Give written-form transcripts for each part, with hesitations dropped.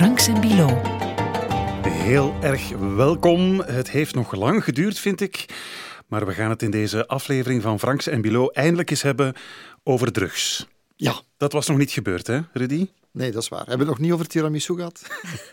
Franks en Bilo. Heel erg welkom. Het heeft nog lang geduurd, vind ik. Maar we gaan het in deze aflevering van Franks en Bilo eindelijk eens hebben over drugs. Ja. Dat was nog niet gebeurd, hè, Rudy? Nee, dat is waar. Hebben we het nog niet over tiramisu gehad?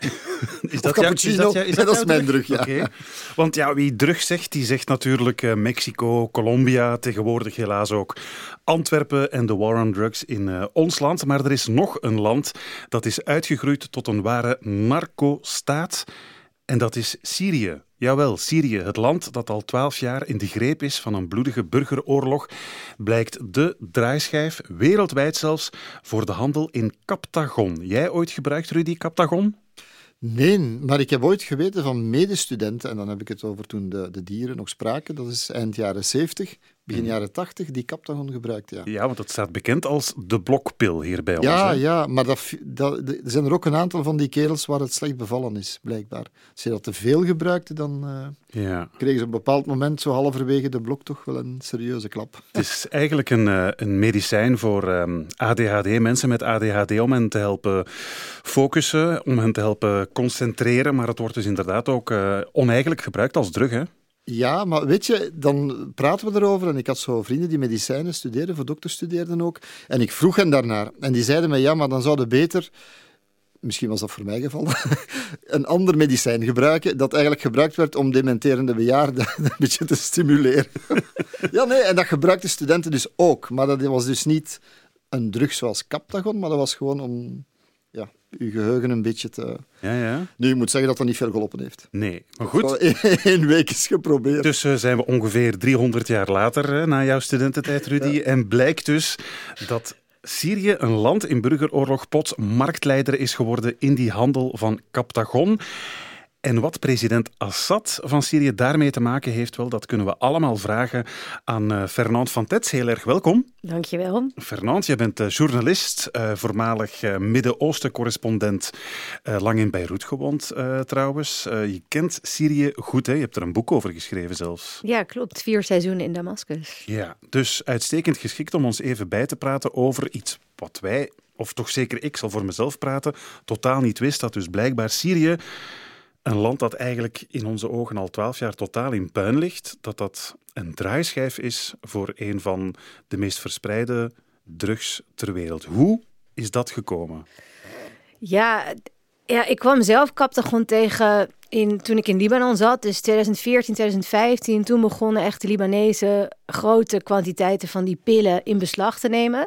Is dat cappuccino? Dat is mijn drug, ja. Okay. Want ja, wie drug zegt, die zegt natuurlijk Mexico, Colombia, tegenwoordig helaas ook Antwerpen en de war on drugs in ons land. Maar er is nog een land dat is uitgegroeid tot een ware narco-staat. En dat is Syrië. Jawel, Syrië, het land dat al 12 jaar in de greep is van een bloedige burgeroorlog, blijkt de draaischijf, wereldwijd zelfs, voor de handel in Captagon. Jij ooit gebruikt, Rudy, Captagon? Nee, maar ik heb ooit geweten van medestudenten, en dan heb ik het over toen de dieren nog spraken, dat is eind jaren 70, begin jaren 80, die Captagon gebruikten. Ja. Ja, want dat staat bekend als de blokpil hier bij ons. Ja, hè? ja, maar er zijn er ook een aantal van die kerels waar het slecht bevallen is, blijkbaar. Als je dat te veel gebruikte, dan kregen ze op een bepaald moment, zo halverwege de blok, toch wel een serieuze klap. Het is eigenlijk een medicijn voor ADHD, mensen met ADHD, om hen te helpen focussen, om hen te helpen concentreren. Maar het wordt dus inderdaad ook oneigenlijk gebruikt als drug, hè? Ja, maar weet je, dan praten we erover. En ik had zo vrienden die medicijnen studeerden, voor dokters studeerden ook. En ik vroeg hen daarnaar. En die zeiden me, ja, maar dan zouden beter, misschien was dat voor mij gevallen, een ander medicijn gebruiken dat eigenlijk gebruikt werd om dementerende bejaarden een beetje te stimuleren. Ja, nee, en dat gebruikten studenten dus ook. Maar dat was dus niet een drug zoals Captagon, maar dat was gewoon om je geheugen een beetje te... Ja. Nu, ik moet zeggen dat dat niet veel geholpen heeft. Nee, maar goed. 1 week is geprobeerd. Dus zijn we ongeveer 300 jaar later, na jouw studententijd, Rudy. Ja. En blijkt dus dat Syrië, een land in burgeroorlog, plots marktleider is geworden in die handel van Captagon. En wat president Assad van Syrië daarmee te maken heeft, wel, dat kunnen we allemaal vragen aan Fernand van Tetz. Heel erg welkom. Dankjewel. Fernand, jij bent journalist, voormalig Midden-Oosten-correspondent, lang in Beirut gewoond trouwens. Je kent Syrië goed, hè? Je hebt er een boek over geschreven zelfs. Ja, klopt. 4 seizoenen in Damascus. Ja, dus uitstekend geschikt om ons even bij te praten over iets wat wij, of toch zeker ik zal voor mezelf praten, totaal niet wist, dat dus blijkbaar Syrië, een land dat eigenlijk in onze ogen al 12 jaar totaal in puin ligt, dat een draaischijf is voor een van de meest verspreide drugs ter wereld. Hoe is dat gekomen? Ja, ik kwam zelf Captagon tegen toen ik in Libanon zat, dus 2014, 2015. Toen begonnen echt de Libanezen grote kwantiteiten van die pillen in beslag te nemen.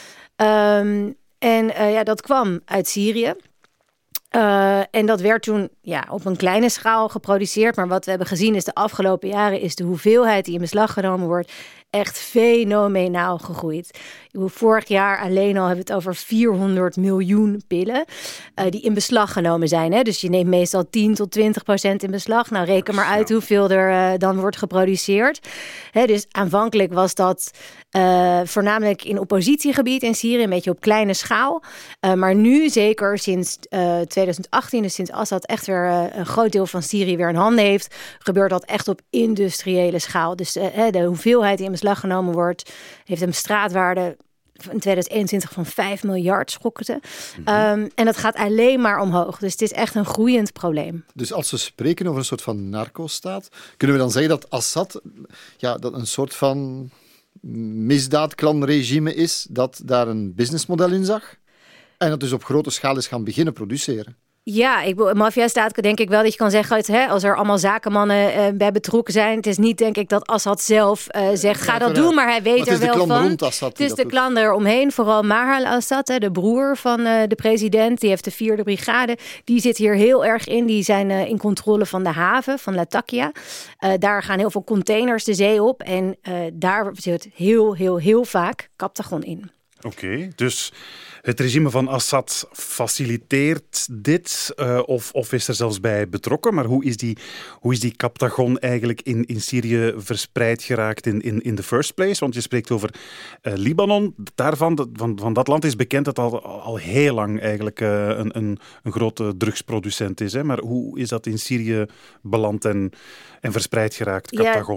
Dat kwam uit Syrië. En dat werd toen op een kleine schaal geproduceerd. Maar wat we hebben gezien is de afgelopen jaren is de hoeveelheid die in beslag genomen wordt echt fenomenaal gegroeid. Vorig jaar alleen al hebben we het over 400 miljoen pillen die in beslag genomen zijn. Hè? Dus je neemt meestal 10 tot 20% in beslag. Nou, reken maar uit hoeveel er dan wordt geproduceerd. Hè, dus aanvankelijk was dat voornamelijk in oppositiegebied in Syrië, een beetje op kleine schaal. Maar nu, zeker sinds 2018, dus sinds Assad echt weer een groot deel van Syrië weer in handen heeft, gebeurt dat echt op industriële schaal. Dus de hoeveelheid die in beslag genomen wordt, heeft een straatwaarde in 2021 van 5 miljard, schokte. En dat gaat alleen maar omhoog. Dus het is echt een groeiend probleem. Dus als we spreken over een soort van narco-staat, kunnen we dan zeggen dat Assad dat een soort van misdaadklanregime is, dat daar een businessmodel in zag en dat dus op grote schaal is gaan beginnen produceren? Ja, maffia-staat denk ik wel dat je kan zeggen, als er allemaal zakenmannen bij betrokken zijn. Het is niet, denk ik, dat Assad zelf zegt, ga dat doen, maar hij weet er wel van. Het is de klan eromheen, vooral Maher al-Assad, de broer van de president. Die heeft de 4e brigade. Die zit hier heel erg in. Die zijn in controle van de haven, van Latakia. Daar gaan heel veel containers de zee op. En daar zit heel vaak Captagon in. Oké, dus het regime van Assad faciliteert dit of is er zelfs bij betrokken. Maar hoe is die Captagon eigenlijk in Syrië verspreid geraakt in the first place? Want je spreekt over Libanon. Van dat land is bekend dat al heel lang eigenlijk een grote drugsproducent is. Hè? Maar hoe is dat in Syrië beland en verspreid geraakt, Captagon?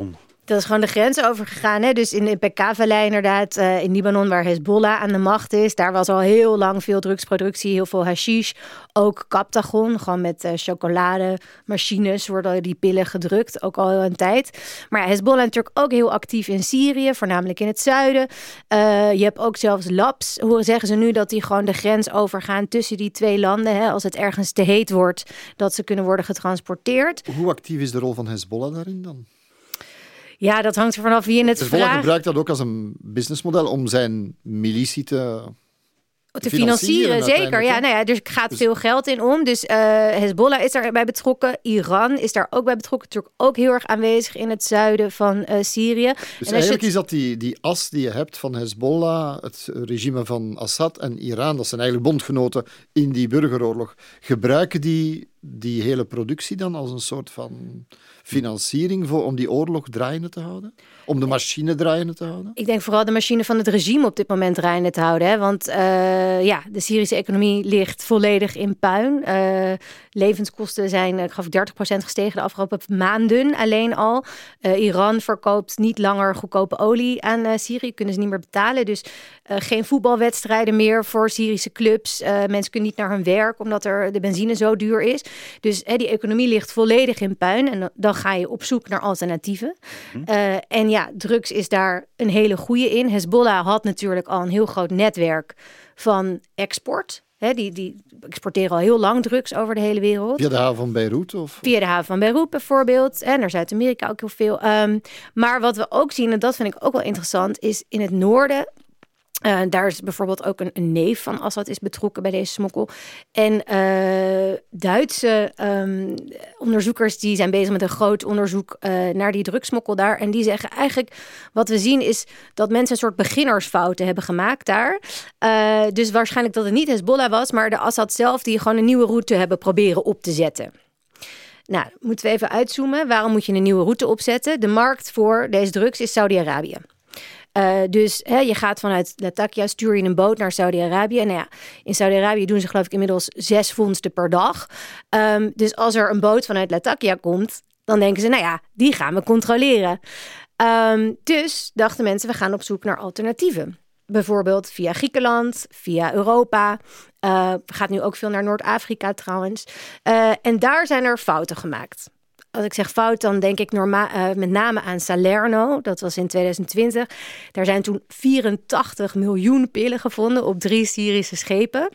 Dat is gewoon de grens overgegaan. Hè? Dus in de Bekaa-vallei inderdaad, in Libanon waar Hezbollah aan de macht is. Daar was al heel lang veel drugsproductie, heel veel hashish. Ook Captagon, gewoon met chocolademachines worden die pillen gedrukt. Ook al een tijd. Maar ja, Hezbollah natuurlijk ook heel actief in Syrië, voornamelijk in het zuiden. Je hebt ook zelfs labs, zeggen ze nu, dat die gewoon de grens overgaan tussen die twee landen. Hè? Als het ergens te heet wordt, dat ze kunnen worden getransporteerd. Hoe actief is de rol van Hezbollah daarin dan? Ja, dat hangt er vanaf wie je het Hezbollah vraagt. gebruikt dat ook als een businessmodel om zijn militie te financieren, zeker. Ja, nou ja, dus er gaat veel geld in om. Dus Hezbollah is daarbij betrokken. Iran is daar ook bij betrokken. Natuurlijk ook heel erg aanwezig in het zuiden van Syrië. Dus eigenlijk is dat die as die je hebt van Hezbollah, het regime van Assad en Iran, dat zijn eigenlijk bondgenoten in die burgeroorlog. Gebruiken die hele productie dan als een soort van financiering om die oorlog draaiende te houden? Om de machine draaiende te houden? Ik denk vooral de machine van het regime op dit moment draaiende te houden. Hè? Want de Syrische economie ligt volledig in puin. Levenskosten zijn, ik geloof 30% gestegen de afgelopen maanden alleen al. Iran verkoopt niet langer goedkope olie aan Syrië. Kunnen ze niet meer betalen. Dus geen voetbalwedstrijden meer voor Syrische clubs. Mensen kunnen niet naar hun werk omdat de benzine zo duur is. Dus die economie ligt volledig in puin. En dan ga je op zoek naar alternatieven. En ja, drugs is daar een hele goede in. Hezbollah had natuurlijk al een heel groot netwerk van export. Die exporteren al heel lang drugs over de hele wereld. Via de haven van Beirut? Via de haven van Beirut bijvoorbeeld. En naar Zuid-Amerika ook heel veel. Maar wat we ook zien, en dat vind ik ook wel interessant, is in het noorden. Daar is bijvoorbeeld ook een neef van Assad is betrokken bij deze smokkel. En Duitse onderzoekers die zijn bezig met een groot onderzoek naar die drugsmokkel daar. En die zeggen eigenlijk, wat we zien is dat mensen een soort beginnersfouten hebben gemaakt daar. Dus waarschijnlijk dat het niet Hezbollah was, maar de Assad zelf die gewoon een nieuwe route hebben proberen op te zetten. Nou, moeten we even uitzoomen. Waarom moet je een nieuwe route opzetten? De markt voor deze drugs is Saudi-Arabië. Dus je gaat vanuit Latakia, stuur je een boot naar Saudi-Arabië. Nou ja, in Saudi-Arabië doen ze geloof ik inmiddels 6 vondsten per dag. Dus als er een boot vanuit Latakia komt, dan denken ze, nou ja, die gaan we controleren. Dus dachten mensen, we gaan op zoek naar alternatieven. Bijvoorbeeld via Griekenland, via Europa. Gaat nu ook veel naar Noord-Afrika trouwens. En daar zijn er fouten gemaakt. Als ik zeg fout, dan denk ik met name aan Salerno. Dat was in 2020. Daar zijn toen 84 miljoen pillen gevonden op 3 Syrische schepen.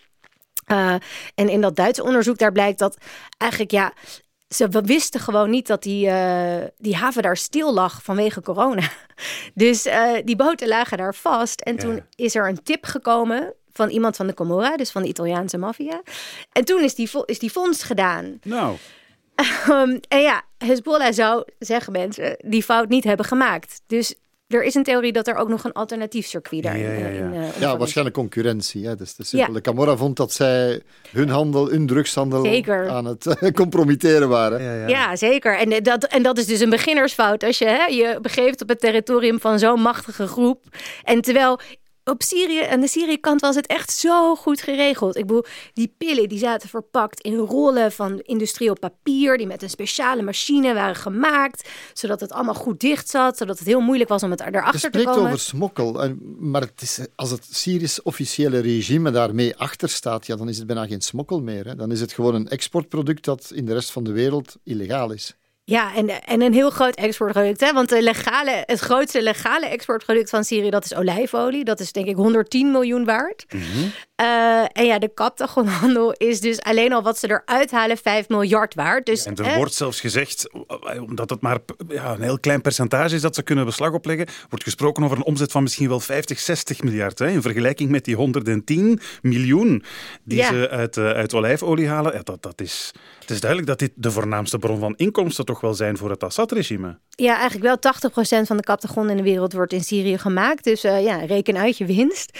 En in dat Duitse onderzoek daar blijkt dat eigenlijk ze wisten gewoon niet dat die haven daar stil lag vanwege corona. Dus die boten lagen daar vast. En toen is er een tip gekomen van iemand van de Camorra, dus van de Italiaanse maffia. En toen is die vondst gedaan. Nou. En ja, Hezbollah zou, zeggen mensen, die fout niet hebben gemaakt. Dus er is een theorie dat er ook nog een alternatief circuit daarin Ja, waarschijnlijk concurrentie. Hè? Dus de Camorra vond dat zij hun drugshandel aan het compromitteren waren. Ja, zeker. En dat is dus een beginnersfout. Als je begeeft op het territorium van zo'n machtige groep. En terwijl op Syrië, aan de Syrië-kant was het echt zo goed geregeld. Ik bedoel, die pillen die zaten verpakt in rollen van industrieel papier, die met een speciale machine waren gemaakt, zodat het allemaal goed dicht zat, zodat het heel moeilijk was om het erachter te komen. Je spreekt over smokkel, maar als het Syrisch officiële regime daarmee achter staat, dan is het bijna geen smokkel meer. Hè? Dan is het gewoon een exportproduct dat in de rest van de wereld illegaal is. Ja, en een heel groot exportproduct. Hè? Want het grootste legale exportproduct van Syrië, dat is olijfolie. Dat is denk ik 110 miljoen waard. Mm-hmm. En de Captagonhandel is dus alleen al wat ze eruit halen 5 miljard waard. Dus, en er wordt zelfs gezegd, omdat het maar een heel klein percentage is dat ze kunnen beslag opleggen, wordt gesproken over een omzet van misschien wel 50, 60 miljard. Hè? In vergelijking met die 110 miljoen die ze uit olijfolie halen. Ja, het is duidelijk dat dit de voornaamste bron van inkomsten toch wel zijn voor het Assad-regime. Ja, eigenlijk wel 80% van de Captagon in de wereld wordt in Syrië gemaakt. Dus reken uit je winst.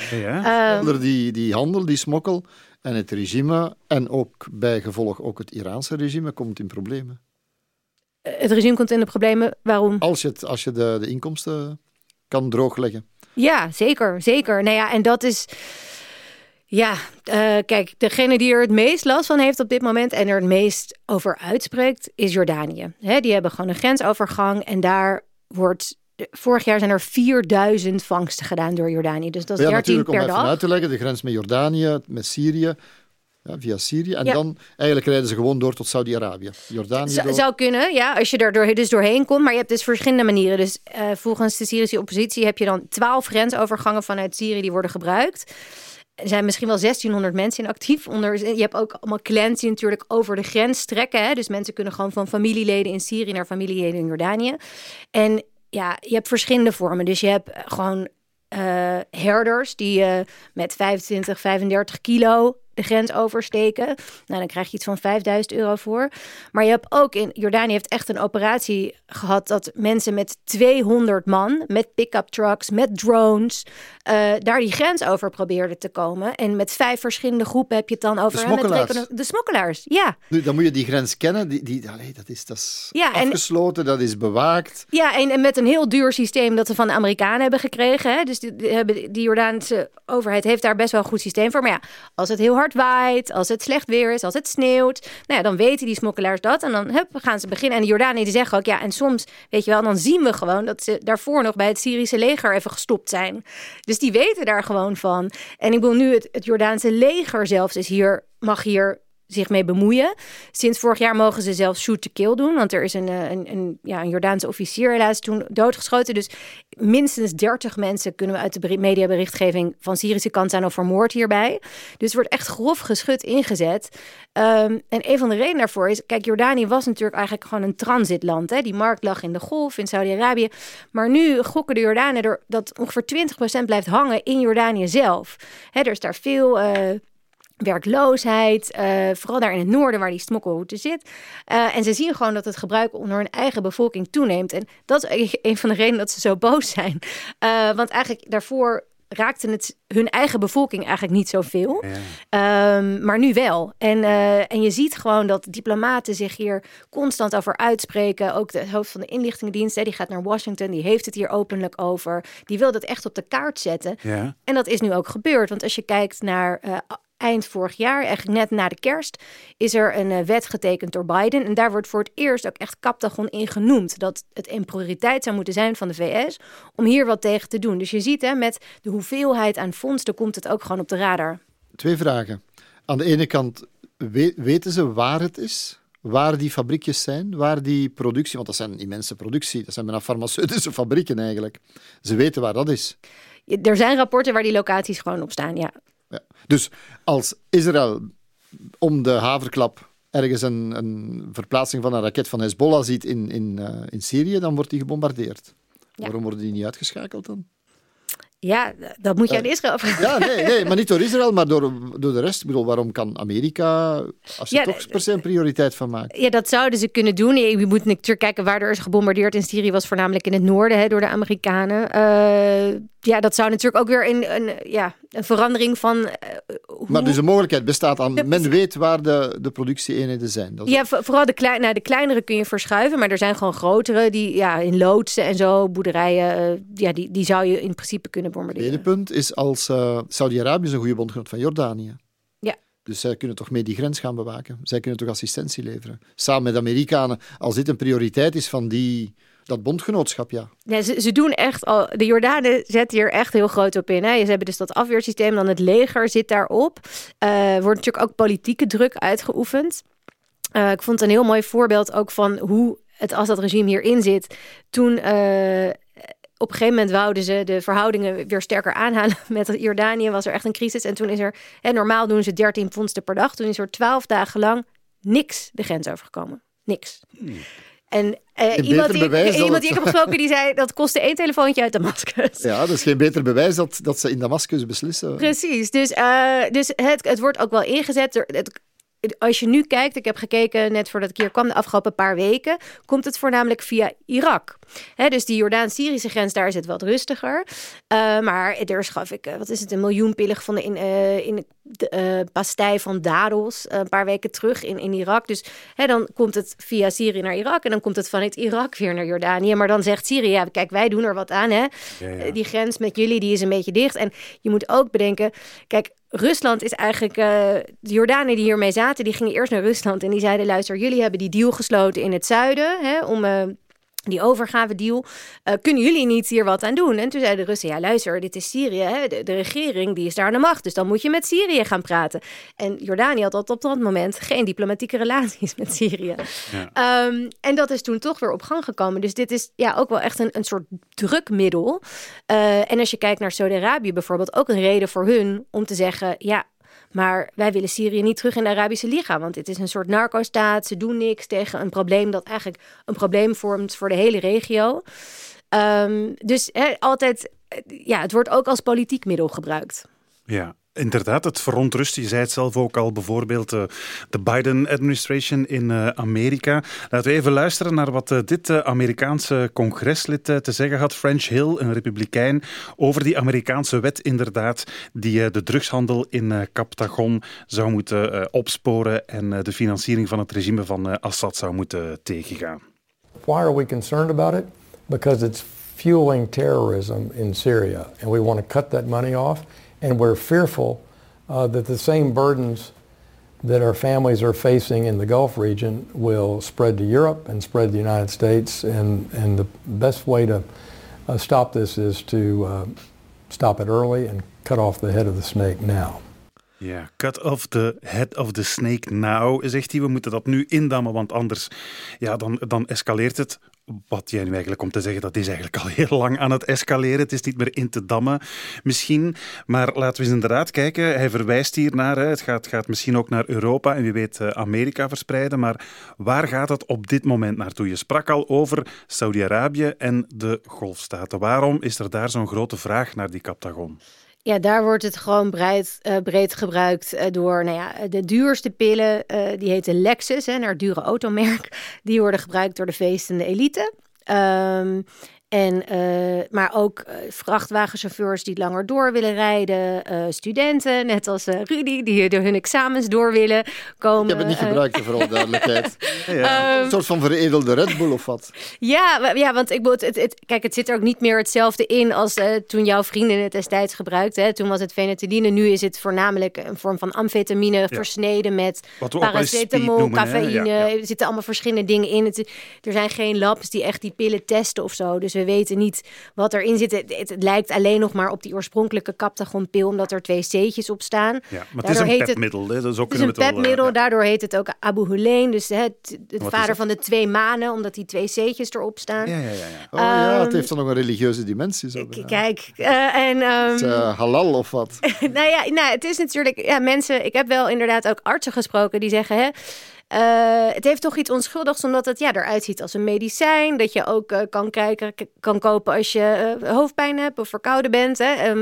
Die handel, die smokkel en het regime en ook bij gevolg ook het Iraanse regime komt in problemen. Het regime komt in de problemen, waarom? Als je de inkomsten kan droogleggen. Ja, zeker. Nou ja, en dat is... Ja, kijk, degene die er het meest last van heeft op dit moment en er het meest over uitspreekt, is Jordanië. Die hebben gewoon een grensovergang en daar wordt vorig jaar zijn er 4000 vangsten gedaan door Jordanië. Dus dat is 13 per dag. Om even uit te leggen, de grens met Jordanië, met Syrië, via Syrië. En dan eigenlijk rijden ze gewoon door tot Saudi-Arabië. Jordanië zou kunnen, ja, als je daar dus doorheen komt. Maar je hebt dus verschillende manieren. Dus volgens de Syrische oppositie heb je dan 12 grensovergangen vanuit Syrië die worden gebruikt. Er zijn misschien wel 1600 mensen in actief. Je hebt ook allemaal clans die natuurlijk over de grens trekken. Hè? Dus mensen kunnen gewoon van familieleden in Syrië naar familieleden in Jordanië. En ja, je hebt verschillende vormen. Dus je hebt gewoon herders die met 25, 35 kilo de grens oversteken. Nou, dan krijg je iets van €5.000 voor. Maar je hebt ook in Jordanië heeft echt een operatie gehad dat mensen met 200 man, met pick-up trucks, met drones, daar die grens over probeerden te komen. En met 5 verschillende groepen heb je het dan over... De smokkelaars. De smokkelaars, ja. Nu, dan moet je die grens kennen. Dat is afgesloten, dat is bewaakt. Ja, en met een heel duur systeem dat ze van de Amerikanen hebben gekregen. Hè. Dus die Jordaanse overheid heeft daar best wel een goed systeem voor. Maar ja, als het heel hard waait, als het slecht weer is, als het sneeuwt, nou ja, dan weten die smokkelaars dat. En dan gaan ze beginnen. En de Jordaniërs die zeggen ook, ja, en soms, weet je wel, dan zien we gewoon dat ze daarvoor nog bij het Syrische leger even gestopt zijn. Dus die weten daar gewoon van. En ik bedoel, nu het Jordaanse leger zelfs mag hier zich mee bemoeien. Sinds vorig jaar mogen ze zelfs shoot to kill doen. Want er is een Jordaanse officier helaas toen doodgeschoten. Dus minstens 30 mensen kunnen we uit de mediaberichtgeving van Syrische kant zijn al vermoord hierbij. Dus er wordt echt grof geschut ingezet. En een van de redenen daarvoor is, kijk, Jordanië was natuurlijk eigenlijk gewoon een transitland. Hè? Die markt lag in de Golf, in Saudi-Arabië. Maar nu gokken de Jordanen dat ongeveer 20% blijft hangen in Jordanië zelf. Hè, er is daar veel werkloosheid, vooral daar in het noorden waar die smokkelroute zit. En ze zien gewoon dat het gebruik onder hun eigen bevolking toeneemt. En dat is een van de redenen dat ze zo boos zijn. Want eigenlijk daarvoor raakte het hun eigen bevolking eigenlijk niet zoveel. Ja. Maar nu wel. En je ziet gewoon dat diplomaten zich hier constant over uitspreken. Ook de hoofd van de inlichtingendienst, die gaat naar Washington. Die heeft het hier openlijk over. Die wil dat echt op de kaart zetten. Ja. En dat is nu ook gebeurd. Want als je kijkt naar eind vorig jaar, eigenlijk net na de kerst, is er een wet getekend door Biden. En daar wordt voor het eerst ook echt Captagon in genoemd. Dat het een prioriteit zou moeten zijn van de VS om hier wat tegen te doen. Dus je ziet, hè, met de hoeveelheid aan fondsen komt het ook gewoon op de radar. 2 vragen. Aan de ene kant, weten ze waar het is? Waar die fabriekjes zijn? Waar die productie, want dat zijn een immense productie. Dat zijn bijna farmaceutische fabrieken eigenlijk. Ze weten waar dat is. Er zijn rapporten waar die locaties gewoon op staan, ja. Ja. Dus als Israël om de haverklap ergens een verplaatsing van een raket van Hezbollah ziet in Syrië, dan wordt die gebombardeerd. Ja. Waarom worden die niet uitgeschakeld dan? Ja, dat moet je aan Israël vragen. Ja, nee, maar niet door Israël, maar door de rest. Ik bedoel, waarom kan Amerika, als je toch per se een prioriteit van maakt? Ja, dat zouden ze kunnen doen. Je moet natuurlijk kijken waar er is gebombardeerd in Syrië, was voornamelijk in het noorden, door de Amerikanen. Ja, dat zou natuurlijk ook weer een verandering van... Maar dus de mogelijkheid bestaat aan... Men weet waar de productieeenheden zijn. Vooral de kleinere kun je verschuiven, maar er zijn gewoon grotere die in loodsen en zo, boerderijen, die zou je in principe kunnen bombarderen. Het tweede punt is als Saudi-Arabië is een goede bondgenoot van Jordanië. Ja. Dus zij kunnen toch mee die grens gaan bewaken. Zij kunnen toch assistentie leveren. Samen met de Amerikanen, als dit een prioriteit is van dat bondgenootschap, ja. Ja, ze doen echt al... De Jordanen zetten hier echt heel groot op in. Hè. Ze hebben dus dat afweersysteem, dan het leger zit daarop. Wordt natuurlijk ook politieke druk uitgeoefend. Ik vond het een heel mooi voorbeeld ook van hoe het Assad-regime hierin zit. Toen op een gegeven moment wouden ze de verhoudingen weer sterker aanhalen met Jordanië. Was er echt een crisis. En toen is er... normaal doen ze 13 vondsten per dag. Toen is er 12 dagen lang niks de grens overgekomen. Niks. En iemand die ik heb gesproken, die zei dat kostte 1 telefoontje uit Damascus. Ja, dat is geen beter bewijs dat ze in Damascus beslissen. Precies, dus het wordt ook wel ingezet. Als je nu kijkt, ik heb gekeken net voordat ik hier kwam, de afgelopen paar weken, komt het voornamelijk via Irak. Dus die Jordaan-Syrische grens, daar is het wat rustiger. Maar er schaf ik, 1 miljoen pillen gevonden in de pastei van dadels een paar weken terug in Irak. Dus dan komt het via Syrië naar Irak en dan komt het vanuit Irak weer naar Jordanië. Maar dan zegt Syrië, ja, kijk, wij doen er wat aan. Hè? Ja. Die grens met jullie, die is een beetje dicht. En je moet ook bedenken, kijk, Rusland is eigenlijk... de Jordanen die hiermee zaten, die gingen eerst naar Rusland en die zeiden, luister, jullie hebben die deal gesloten in het zuiden, om die overgavedeal, kunnen jullie niet hier wat aan doen? En toen zeiden de Russen, ja luister, dit is Syrië, hè? De regering die is daar aan de macht, dus dan moet je met Syrië gaan praten. En Jordanië had op dat moment geen diplomatieke relaties met Syrië. Ja. En dat is toen toch weer op gang gekomen. Dus dit is ook wel echt een soort drukmiddel. En als je kijkt naar Saudi-Arabië bijvoorbeeld, ook een reden voor hun om te zeggen, ja, maar wij willen Syrië niet terug in de Arabische Liga. Want het is een soort narco-staat. Ze doen niks tegen een probleem dat eigenlijk een probleem vormt voor de hele regio. Dus altijd, het wordt ook als politiek middel gebruikt. Ja. Inderdaad, het verontrust. Je zei het zelf ook al, bijvoorbeeld de Biden-administration in Amerika. Laten we even luisteren naar wat dit Amerikaanse congreslid te zeggen had. French Hill, een republikein, over die Amerikaanse wet inderdaad, die de drugshandel in Captagon zou moeten opsporen en de financiering van het regime van Assad zou moeten tegengaan. Why are we concerned about it? Because it's fueling terrorism in Syria and we want to cut that money off. And we're fearful that the same burdens that our families are facing in the Gulf region will spread to Europe and spread to the United States. And the best way to stop this is to stop it early and cut off the head of the snake now. Ja, cut off the head of the snake now, zegt hij. We moeten dat nu indammen, want anders dan escaleert het. Wat jij nu eigenlijk komt te zeggen, dat is eigenlijk al heel lang aan het escaleren. Het is niet meer in te dammen misschien. Maar laten we eens inderdaad kijken. Hij verwijst hier naar, het gaat misschien ook naar Europa en wie weet Amerika verspreiden. Maar waar gaat het op dit moment naartoe? Je sprak al over Saudi-Arabië en de Golfstaten. Waarom is er daar zo'n grote vraag naar die Captagon? Ja, daar wordt het gewoon breed gebruikt door de duurste pillen. Die heten Lexus, naar dure automerk. Die worden gebruikt door de feestende elite. Maar ook vrachtwagenchauffeurs die langer door willen rijden. Studenten, net als Rudy, die door hun examens door willen komen. Ik heb het niet gebruikt, voor alle duidelijkheid. Een soort van veredelde Red Bull of wat? Ja, want het zit er ook niet meer hetzelfde in als toen jouw vrienden het destijds gebruikten. Toen was het fenethyline, nu is het voornamelijk een vorm van amfetamine versneden met paracetamol, cafeïne. Er zitten allemaal verschillende dingen in. Er zijn geen labs die echt die pillen testen of zo. Dus we weten niet wat erin zit. Het lijkt alleen nog maar op die oorspronkelijke Captagon-pil, omdat er 2 C'tjes op staan. Ja, maar het is een petmiddel. Het is een petmiddel, daardoor heet het ook Abu Hulein. Dus het vader van de 2 manen, omdat die 2 C'tjes erop staan. Ja. Het heeft dan nog een religieuze dimensie. Zo. Kijk. Halal of wat? Het is natuurlijk mensen. Ik heb wel inderdaad ook artsen gesproken die zeggen, het heeft toch iets onschuldigs, omdat het eruit ziet als een medicijn. Dat je ook kan kopen als je hoofdpijn hebt of verkouden bent.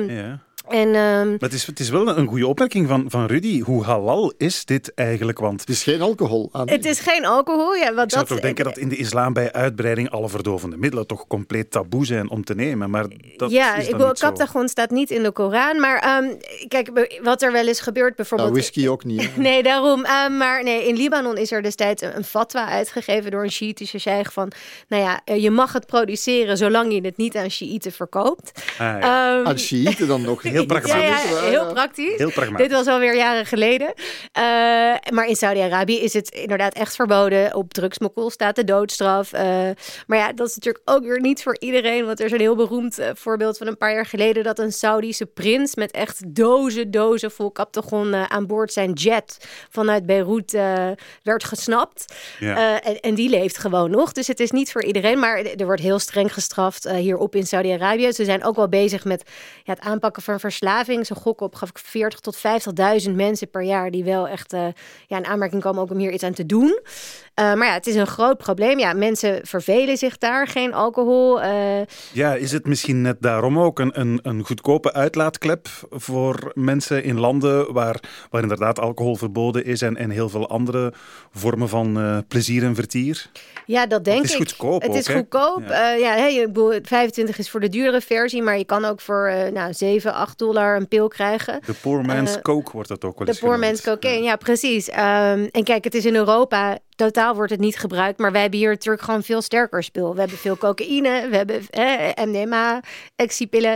Maar het is wel een goede opmerking van Rudy. Hoe halal is dit eigenlijk? Want het is geen alcohol. Het is geen alcohol. Ja, ik zou toch denken dat in de islam bij uitbreiding alle verdovende middelen toch compleet taboe zijn om te nemen. Maar dat is dan niet zo. Captagon staat niet in de Koran. Maar kijk, wat er wel eens gebeurt bijvoorbeeld... whisky ook niet. Nee, daarom. Maar in Libanon is er destijds een fatwa uitgegeven door een Sjiitische sheikh van... je mag het produceren zolang je het niet aan Sjiiten verkoopt. Aan Sjiiten dan nog? Heel pragmatisch. Ja, heel praktisch. Heel pragmatisch. Dit was alweer jaren geleden. Maar in Saudi-Arabië is het inderdaad echt verboden. Op drugsmokkel staat de doodstraf. Maar dat is natuurlijk ook weer niet voor iedereen. Want er is een heel beroemd voorbeeld van een paar jaar geleden... dat een Saudische prins met echt dozen vol Captagon aan boord zijn jet vanuit Beirut werd gesnapt. Ja. En die leeft gewoon nog. Dus het is niet voor iedereen. Maar er wordt heel streng gestraft hierop in Saudi-Arabië. Ze zijn ook wel bezig met het aanpakken van verslaving. Ze gokken op 40.000 tot 50.000 mensen per jaar die wel echt in aanmerking komen ook om hier iets aan te doen. Maar het is een groot probleem. Ja, mensen vervelen zich daar, geen alcohol. Is het misschien net daarom ook een goedkope uitlaatklep voor mensen in landen waar inderdaad alcohol verboden is en heel veel andere vormen van plezier en vertier? Ja, dat denk ik. Het is goedkoop. Het is goedkoop. Ja. 25 is voor de duurdere versie, maar je kan ook voor $7-8 een pil krijgen. De poor man's coke wordt dat ook wel eens genoemd. De poor man's cocaine, ja precies. En kijk, het is in Europa... Totaal wordt het niet gebruikt, maar wij hebben hier natuurlijk gewoon veel sterker spul. We hebben veel cocaïne, we hebben MDMA, ecstasy-pillen.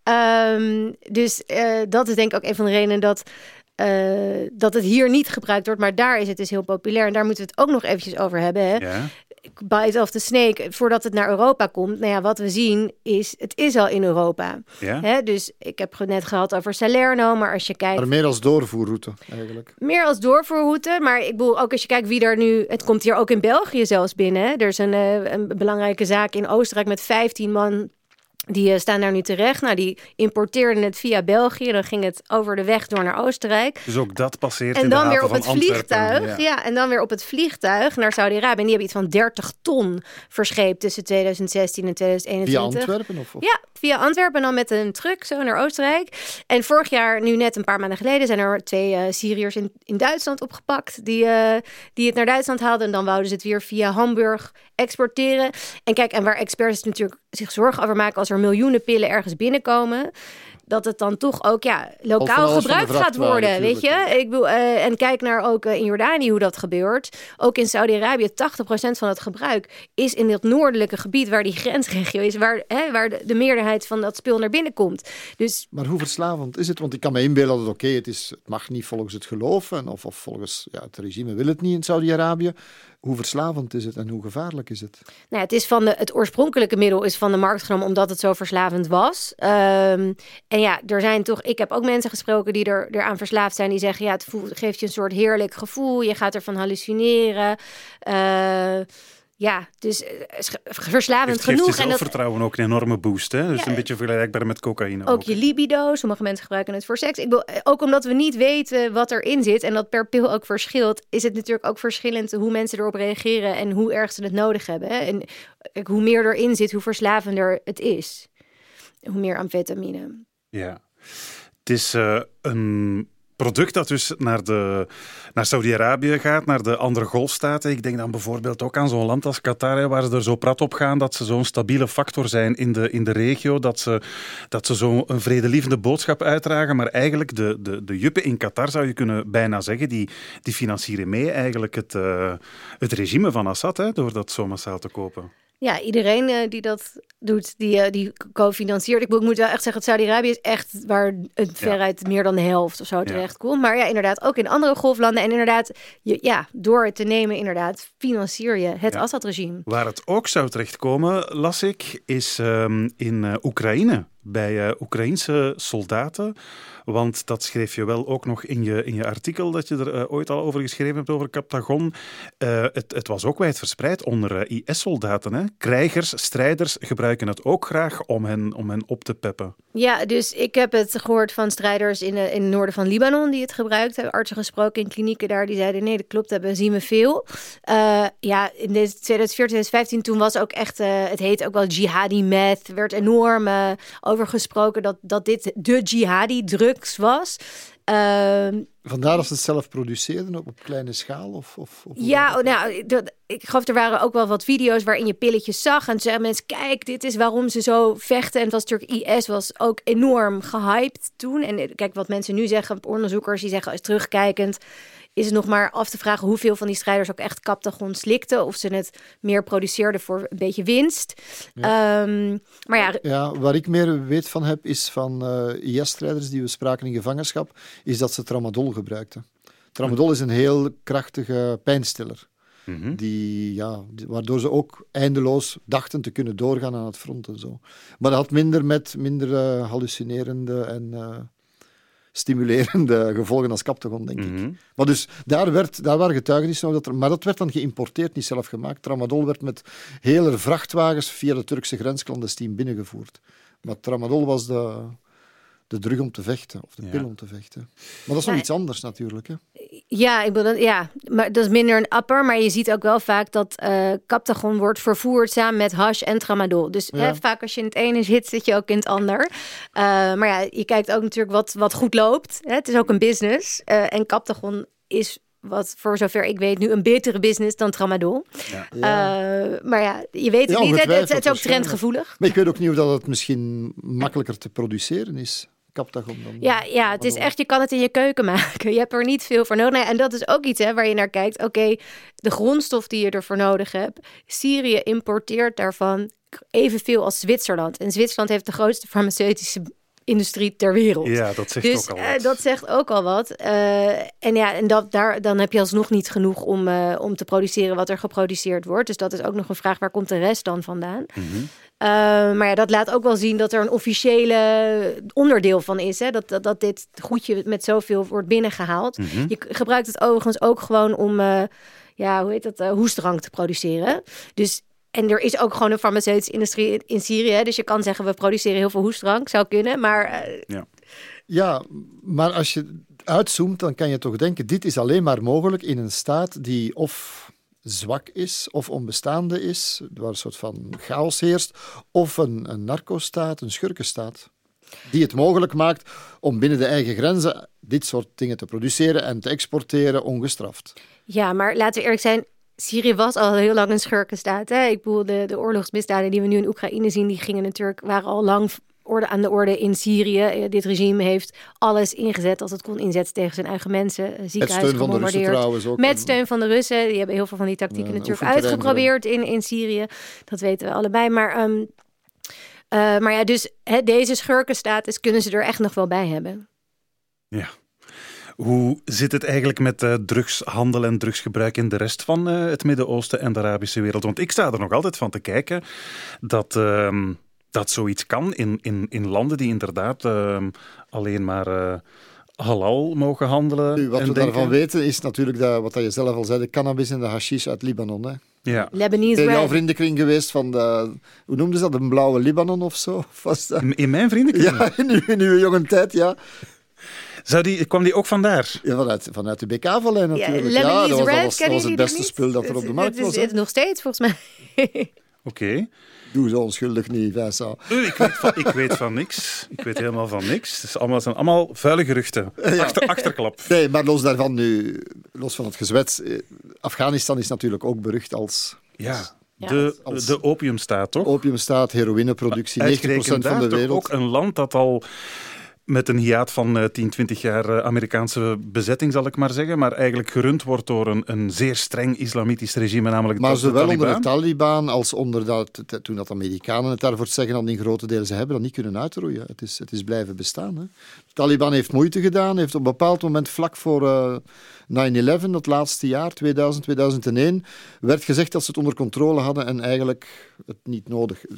Dus dat is denk ik ook een van de redenen dat het hier niet gebruikt wordt. Maar daar is het dus heel populair. En daar moeten we het ook nog eventjes over hebben. Hè? Ja. bite of the snake voordat het naar Europa komt. Nou ja, wat we zien is, het is al in Europa. Ja? Hè, dus ik heb het net gehad over Salerno, maar als je kijkt... Maar meer als doorvoerroute, eigenlijk. Meer als doorvoerroute, maar ik bedoel ook als je kijkt wie er nu... Het komt hier ook in België zelfs binnen. Hè. Er is een belangrijke zaak in Oostenrijk met 15 man... Die staan daar nu terecht. Nou, die importeerden het via België. Dan ging het over de weg door naar Oostenrijk. Dus ook dat passeert en in de dan haven weer op van het vliegtuig. Antwerpen. Ja, en dan weer op het vliegtuig naar Saudi-Arabië. En die hebben iets van 30 ton verscheept tussen 2016 en 2021. Via Antwerpen? Of? Ja, via Antwerpen en dan met een truck zo naar Oostenrijk. En vorig jaar, nu net een paar maanden geleden... zijn er 2 Syriërs in Duitsland opgepakt... Die het naar Duitsland haalden. En dan wouden ze het weer via Hamburg exporteren. En kijk, en waar experts natuurlijk zich zorgen over maken... als er miljoenen pillen ergens binnenkomen... dat het dan toch ook lokaal gebruikt gaat worden, weet je? Ik bedoel, en kijk naar ook in Jordanië hoe dat gebeurt. Ook in Saudi-Arabië, 80% van het gebruik is in het noordelijke gebied... waar die grensregio is, waar de meerderheid van dat spul naar binnen komt. Dus... Maar hoe verslavend is het? Want ik kan me inbeelden dat het mag niet volgens het geloof... of volgens het regime wil het niet in Saudi-Arabië... Hoe verslavend is het en hoe gevaarlijk is het? Nou, het is het oorspronkelijke middel is van de markt genomen omdat het zo verslavend was. En ja, er zijn toch... Ik heb ook mensen gesproken die eraan verslaafd zijn. Die zeggen, het geeft je een soort heerlijk gevoel. Je gaat ervan hallucineren. Dus verslavend genoeg. Geeft je zelfvertrouwen ook een enorme boost. Hè? Dus een beetje vergelijkbaar met cocaïne. Ook je libido. Sommige mensen gebruiken het voor seks. Ook omdat we niet weten wat erin zit en dat per pil ook verschilt, is het natuurlijk ook verschillend hoe mensen erop reageren en hoe erg ze het nodig hebben. Hè? En hoe meer erin zit, hoe verslavender het is. Hoe meer amfetamine. Ja. Het is een product dat dus naar Saudi-Arabië gaat, naar de andere golfstaten. Ik denk dan bijvoorbeeld ook aan zo'n land als Qatar, waar ze er zo prat op gaan dat ze zo'n stabiele factor zijn in de regio, dat ze zo'n vredelievende boodschap uitdragen. Maar eigenlijk de juppen in Qatar, zou je kunnen bijna zeggen, die financieren mee eigenlijk het regime van Assad, hè, door dat zo massaal te kopen. Ja, iedereen die dat doet, die co-financiert. Ik moet wel echt zeggen, Saudi-Arabië is echt waar het veruit meer dan de helft of zo terecht komt. Maar ja, inderdaad, ook in andere golflanden. En inderdaad, door het te nemen, inderdaad, financier je het Assad-regime. Waar het ook zou terechtkomen, las ik, is in Oekraïne. Bij Oekraïense soldaten. Want dat schreef je wel ook nog in je artikel dat je er ooit al over geschreven hebt, over Captagon. Het was ook wijdverspreid onder IS-soldaten. Hè? Krijgers, strijders gebruiken het ook graag om hen op te peppen. Ja, dus ik heb het gehoord van strijders in het noorden van Libanon die het gebruikt hebben. Artsen gesproken in klinieken daar, die zeiden nee, dat klopt, dat zien we veel. In 2014, 2015, toen was ook echt, het heet ook wel jihadi meth, werd enorm over gesproken dat dit de jihadi drugs was. Vandaar dat ze het zelf produceerden op kleine schaal? Of ik geloof er waren ook wel wat video's waarin je pilletjes zag. En toen zeiden mensen, kijk, dit is waarom ze zo vechten. En het was natuurlijk, IS was ook enorm gehyped toen. En kijk, wat mensen nu zeggen, onderzoekers die zeggen, terugkijkend, is het nog maar af te vragen hoeveel van die strijders ook echt Captagon slikten. Of ze het meer produceerden voor een beetje winst. Ja. Waar ik meer weet van heb, is van IS-strijders die we spraken in gevangenschap, is dat ze tramadol gebruikten. Tramadol is een heel krachtige pijnstiller. Mm-hmm. Waardoor ze ook eindeloos dachten te kunnen doorgaan aan het front en zo. Maar dat had minder hallucinerende en stimulerende gevolgen als Captagon, denk ik. Maar dus daar waren getuigenissen over, maar dat werd dan geïmporteerd, niet zelf gemaakt. Tramadol werd met hele vrachtwagens via de Turkse grens clandestien binnengevoerd. Maar tramadol was de drug om te vechten, of de pil om te vechten. Maar dat is nog iets anders natuurlijk, hè? Maar dat is minder een upper, maar je ziet ook wel vaak dat Captagon wordt vervoerd samen met hash en tramadol. Dus vaak als je in het ene zit je ook in het ander. Maar je kijkt ook natuurlijk wat goed loopt. Hè? Het is ook een business. En Captagon is, wat voor zover ik weet, nu een betere business dan tramadol. Maar je weet het niet. Het is ook trendgevoelig. Maar ik weet ook niet of dat het misschien makkelijker te produceren is. Captagon dan. Het is echt, je kan het in je keuken maken. Je hebt er niet veel voor nodig. En dat is ook iets waar je naar kijkt. Oké, de grondstof die je ervoor nodig hebt. Syrië importeert daarvan evenveel als Zwitserland. En Zwitserland heeft de grootste farmaceutische industrie ter wereld. Ja, dat zegt Dus ook al wat. dat zegt ook al wat. Dan heb je alsnog niet genoeg om te produceren wat er geproduceerd wordt. Dus dat is ook nog een vraag, waar komt de rest dan vandaan? Mhm. Maar ja, dat laat ook wel zien dat er een officiële onderdeel van is. Hè? Dat dit goedje met zoveel wordt binnengehaald. Mhm. Je gebruikt het overigens ook gewoon om hoestdrank te produceren. Dus, en er is ook gewoon een farmaceutische industrie in Syrië. Hè? Dus je kan zeggen, we produceren heel veel hoestdrank. Zou kunnen, maar... Ja, maar als je uitzoomt, dan kan je toch denken, dit is alleen maar mogelijk in een staat die of zwak is, of onbestaande is, waar een soort van chaos heerst, of een narco-staat, een schurkenstaat, die het mogelijk maakt om binnen de eigen grenzen dit soort dingen te produceren en te exporteren ongestraft. Ja, maar laten we eerlijk zijn, Syrië was al heel lang een schurkenstaat. Hè? Ik bedoel, de oorlogsmisdaden die we nu in Oekraïne zien, waren al lang aan de orde in Syrië. Dit regime heeft alles ingezet als het kon inzetten tegen zijn eigen mensen. Ziekenhuizen gebombardeerd. Met steun van de Russen. Die hebben heel veel van die tactieken natuurlijk uitgeprobeerd in Syrië. Dat weten we allebei. Maar ja, dus deze schurkenstatus kunnen ze er echt nog wel bij hebben. Ja. Hoe zit het eigenlijk met drugshandel en drugsgebruik in de rest van het Midden-Oosten en de Arabische wereld? Want ik sta er nog altijd van te kijken dat zoiets kan in landen die inderdaad alleen maar halal mogen handelen. Nu, wat we daarvan weten is natuurlijk wat je zelf al zei, de cannabis en de hashish uit Libanon. Hè? Ja. Lebanese in jouw vriendenkring geweest van hoe noemden ze dat, een blauwe Libanon of zo? In mijn vriendenkring? Ja, in uw jonge tijd, ja. Kwam die ook vandaar? Ja, vanuit de BK-vallei natuurlijk. Ja, dat was het beste spul dat er op de markt was. Het is nog steeds, volgens mij. Oké. Doe zo onschuldig niet, Vincent. Ik weet van niks. Ik weet helemaal van niks. Het zijn allemaal vuile geruchten. Achterklap. Nee, maar los daarvan nu, los van het gezwets, Afghanistan is natuurlijk ook berucht als... Ja. De opiumstaat, toch? Opiumstaat, heroïneproductie, 90% van de wereld. Ook een land dat al met een hiaat van 10, 20 jaar Amerikaanse bezetting, zal ik maar zeggen, maar eigenlijk gerund wordt door een zeer streng islamitisch regime, namelijk maar de zowel Taliban. onder de Taliban als onder toen dat Amerikanen het daarvoor zeggen, dan in grote delen, ze hebben dat niet kunnen uitroeien. Het is blijven bestaan. Hè. De Taliban heeft moeite gedaan, heeft op een bepaald moment vlak voor 9/11, dat laatste jaar, 2000, 2001, werd gezegd dat ze het onder controle hadden en eigenlijk het niet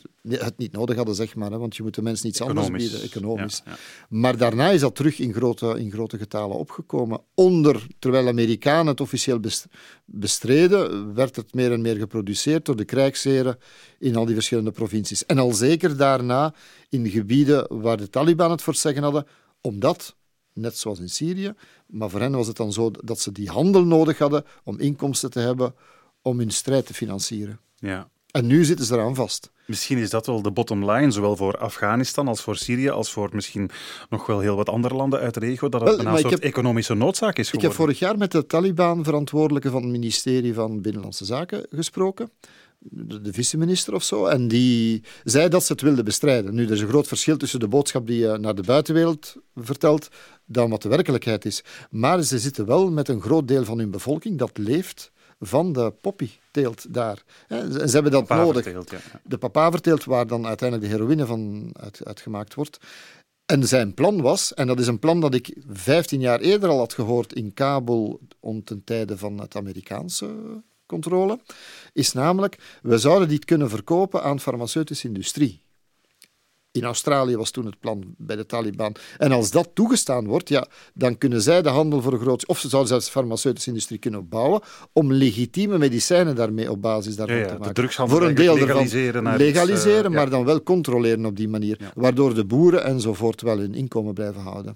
nodig hadden, zeg maar, hè, want je moet de mensen iets anders bieden, economisch. Ja. Maar daarna is dat terug in grote getalen opgekomen. Terwijl Amerikanen het officieel bestreden, werd het meer en meer geproduceerd door de krijgsheren in al die verschillende provincies. En al zeker daarna in gebieden waar de Taliban het voor het zeggen hadden, omdat, net zoals in Syrië, maar voor hen was het dan zo dat ze die handel nodig hadden om inkomsten te hebben om hun strijd te financieren. Ja. En nu zitten ze eraan vast. Misschien is dat wel de bottom line, zowel voor Afghanistan als voor Syrië, als voor misschien nog wel heel wat andere landen uit de regio, dat het een soort economische noodzaak is geworden. Ik heb vorig jaar met de Taliban-verantwoordelijke van het ministerie van Binnenlandse Zaken gesproken, de vice-minister of zo, en die zei dat ze het wilden bestrijden. Nu, er is een groot verschil tussen de boodschap die je naar de buitenwereld vertelt dan wat de werkelijkheid is. Maar ze zitten wel met een groot deel van hun bevolking dat leeft van de poppyteelt daar. Ze hebben dat nodig. De papaverteelt, waar dan uiteindelijk de heroïne van uitgemaakt wordt. En zijn plan was, en dat is een plan dat ik 15 jaar eerder al had gehoord in Kabul ten tijde van het Amerikaanse controle, is namelijk, we zouden dit kunnen verkopen aan de farmaceutische industrie. In Australië was toen het plan bij de Taliban. En als dat toegestaan wordt, ja, dan kunnen zij de handel voor een groot... Of ze zouden zelfs de farmaceutische industrie kunnen bouwen om legitieme medicijnen daarmee op basis daarvan te maken. De drugshandel voor een deel legaliseren, maar dan wel controleren op die manier. Ja. Waardoor de boeren enzovoort wel hun inkomen blijven houden.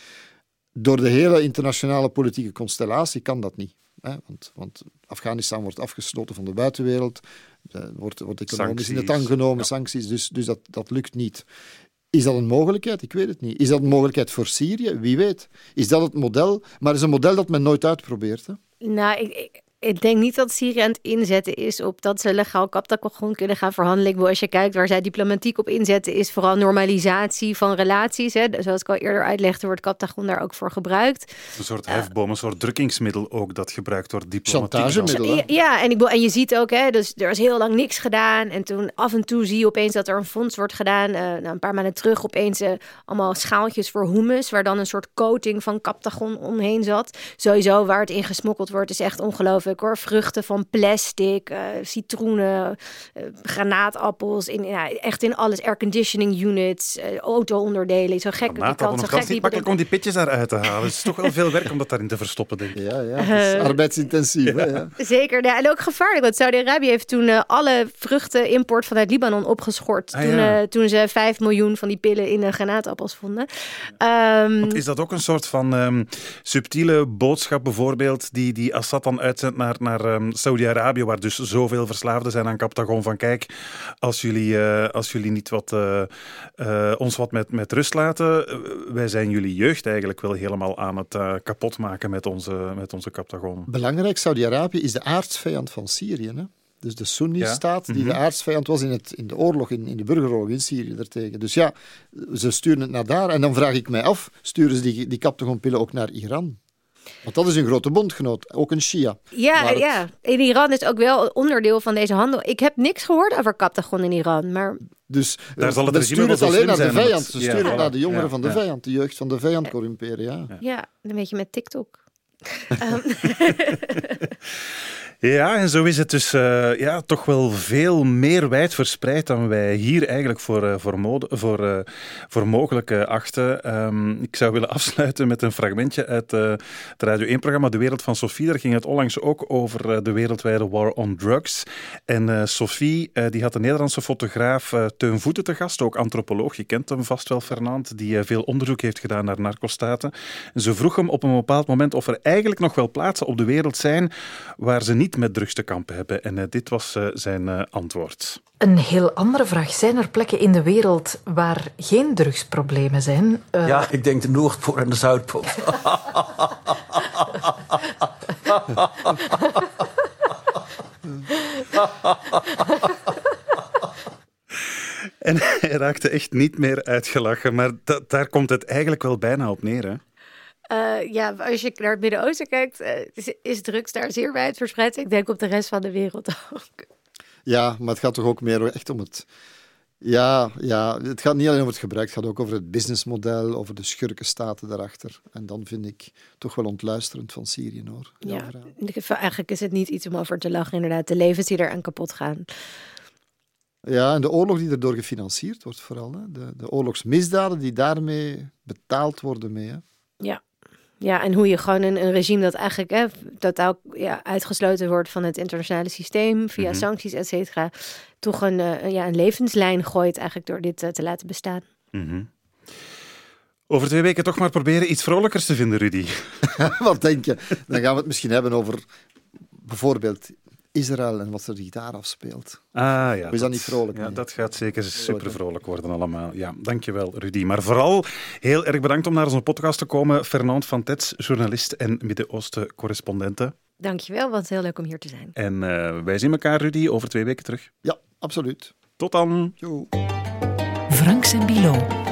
Door de hele internationale politieke constellatie kan dat niet. Want Afghanistan wordt afgesloten van de buitenwereld, wordt economisch in de tang genomen, sancties, dus dat lukt niet. Is dat een mogelijkheid? Ik weet het niet. Is dat een mogelijkheid voor Syrië? Wie weet. Is dat het model? Maar het is een model dat men nooit uitprobeert. Hè? Nou, Ik denk niet dat Syrië aan het inzetten is op dat ze legaal kaptagon kunnen gaan verhandelen. Ik bedoel, als je kijkt waar zij diplomatiek op inzetten, is vooral normalisatie van relaties. Hè. Zoals ik al eerder uitlegde, wordt kaptagon daar ook voor gebruikt. Een soort hefboom, een soort drukkingsmiddel ook dat gebruikt wordt diplomatiek. Chantagemiddel. Ja, en je ziet ook, hè, dus er is heel lang niks gedaan. En toen af en toe zie je opeens dat er een fonds wordt gedaan. Een paar maanden terug opeens allemaal schaaltjes voor hummus, waar dan een soort coating van kaptagon omheen zat. Sowieso waar het in gesmokkeld wordt is echt ongelooflijk hoor. Vruchten van plastic, citroenen, granaatappels, echt in alles. Airconditioning units, auto-onderdelen. Zo gek. Het is niet makkelijk om die pitjes daaruit te halen. Het is toch wel veel werk om dat daarin te verstoppen, denk ik. Ja, het is arbeidsintensief. Hè, ja. Zeker. Ja, en ook gevaarlijk. Want Saudi-Arabië heeft toen alle vruchtenimport vanuit Libanon opgeschort. Toen ze 5 miljoen van die pillen in de granaatappels vonden. Want is dat ook een soort van subtiele boodschap bijvoorbeeld die Assad dan uitzendt naar Saudi-Arabië, waar dus zoveel verslaafden zijn aan kaptagon, van kijk, als jullie niet ons wat met rust laten, wij zijn jullie jeugd eigenlijk wel helemaal aan het kapotmaken met onze kaptagon. Belangrijk, Saudi-Arabië is de aardsvijand van Syrië, hè? Dus de Soenni-staat die de aardsvijand was in de oorlog, in de burgeroorlog in Syrië daartegen. Dus ja, ze sturen het naar daar. En dan vraag ik mij af, sturen ze die kaptagonpillen ook naar Iran? Want dat is een grote bondgenoot, ook een Shia. Ja. In Iran is ook wel onderdeel van deze handel. Ik heb niks gehoord over kaptagon in Iran, maar... Dus daar zal het sturen het alleen naar de vijand. Ze sturen het naar de jongeren van de ja. vijand, de jeugd van de vijand corrumperen, Ja, een beetje met TikTok. Ja, en zo is het dus toch wel veel meer wijd dan wij hier eigenlijk voor mogelijk achten. Ik zou willen afsluiten met een fragmentje uit het Radio 1-programma De Wereld van Sophie. Daar ging het onlangs ook over de wereldwijde war on drugs. En Sophie, die had de Nederlandse fotograaf Teun Voeten te gast, ook antropoloog. Je kent hem vast wel, Fernand, die veel onderzoek heeft gedaan naar narcostaten. En ze vroeg hem op een bepaald moment of er eigenlijk nog wel plaatsen op de wereld zijn waar ze niet met drugs te kampen hebben. En dit was zijn antwoord. Een heel andere vraag. Zijn er plekken in de wereld waar geen drugsproblemen zijn? Ja, ik denk de Noordpool en de Zuidpool. En hij raakte echt niet meer uitgelachen, maar daar komt het eigenlijk wel bijna op neer, hè? Als je naar het Midden-Oosten kijkt, is drugs daar zeer wijd verspreid. Ik denk op de rest van de wereld ook. Ja, maar het gaat toch ook meer echt om het... Ja, het gaat niet alleen over het gebruik, het gaat ook over het businessmodel, over de schurkenstaten daarachter. En dan vind ik toch wel ontluisterend van Syrië, hoor. Ja, eigenlijk is het niet iets om over te lachen, inderdaad. De levens die eraan kapot gaan. Ja, en de oorlog die erdoor gefinancierd wordt vooral. Hè. De oorlogsmisdaden die daarmee betaald worden mee. Hè. Ja, en hoe je gewoon een regime dat eigenlijk totaal uitgesloten wordt van het internationale systeem, via sancties, et cetera, toch een levenslijn gooit eigenlijk door dit te laten bestaan. Mm-hmm. Over 2 weken toch maar proberen iets vrolijkers te vinden, Rudy. Wat denk je? Dan gaan we het misschien hebben over bijvoorbeeld Israël en wat er zich daar afspeelt. Is dat niet vrolijk? Ja, dat gaat zeker super vrolijk worden allemaal. Ja, dankjewel, Rudy. Maar vooral heel erg bedankt om naar onze podcast te komen. Fernand van Tets, journalist en Midden-Oosten-correspondente. Dankjewel, wat heel leuk om hier te zijn. En wij zien elkaar, Rudy, over 2 weken terug. Ja, absoluut. Tot dan. Jo. Franks en Bilo.